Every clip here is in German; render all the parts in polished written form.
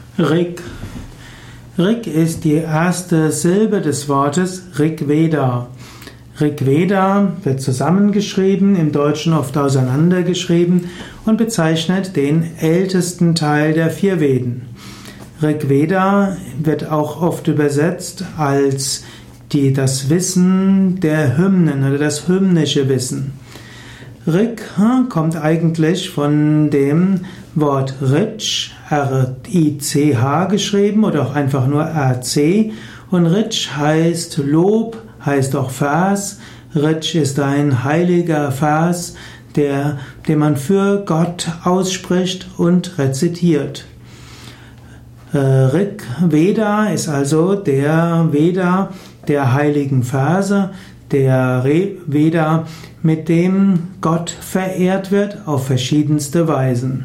Rig. Rig ist die erste Silbe des Wortes Rigveda. Rigveda wird zusammengeschrieben, im Deutschen oft auseinandergeschrieben und bezeichnet den ältesten Teil der 4 Veden. Rigveda wird auch oft übersetzt als das Wissen der Hymnen oder das hymnische Wissen. Rig kommt eigentlich von dem Wort Rich, R-I-C-H geschrieben oder auch einfach nur R-C, und Rich heißt Lob, heißt auch Vers. Rich ist ein heiliger Vers, den man für Gott ausspricht und rezitiert. Rig Veda ist also der Veda der heiligen Verse, der Veda, mit dem Gott verehrt wird auf verschiedenste Weisen.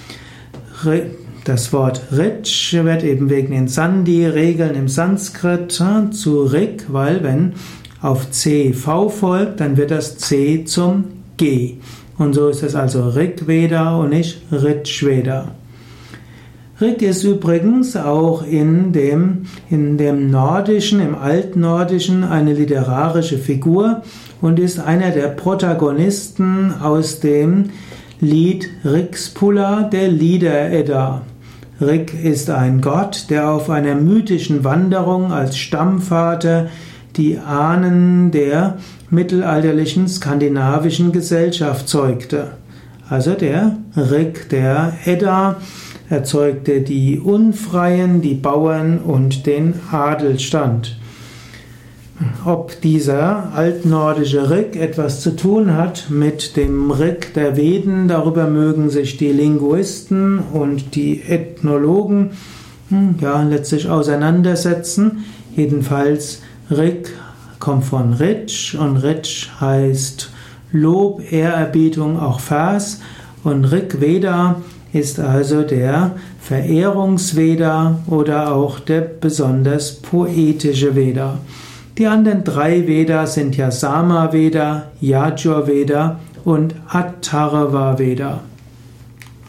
Das Wort Rich wird eben wegen den Sandhi-Regeln im Sanskrit zu Rig, weil wenn auf C V folgt, dann wird das C zum G. Und so ist es also Rigveda und nicht Rigveda. Rig ist übrigens auch in dem Nordischen, im Altnordischen eine literarische Figur und ist einer der Protagonisten aus dem Lied Rigsphula, der Lieder-Edda. Rig ist ein Gott, der auf einer mythischen Wanderung als Stammvater die Ahnen der mittelalterlichen skandinavischen Gesellschaft zeugte. Also der Rig der Edda erzeugte die Unfreien, die Bauern und den Adelstand. Ob dieser altnordische Rig etwas zu tun hat mit dem Rig der Veden, darüber mögen sich die Linguisten und die Ethnologen letztlich auseinandersetzen. Jedenfalls Rig kommt von Rich und Rich heißt Lob, Ehrerbietung, auch Vers, und Rigveda ist also der Verehrungsveda oder auch der besonders poetische Veda. Die anderen 3 Vedas sind ja Samaveda, Yajurveda und Atharva Veda.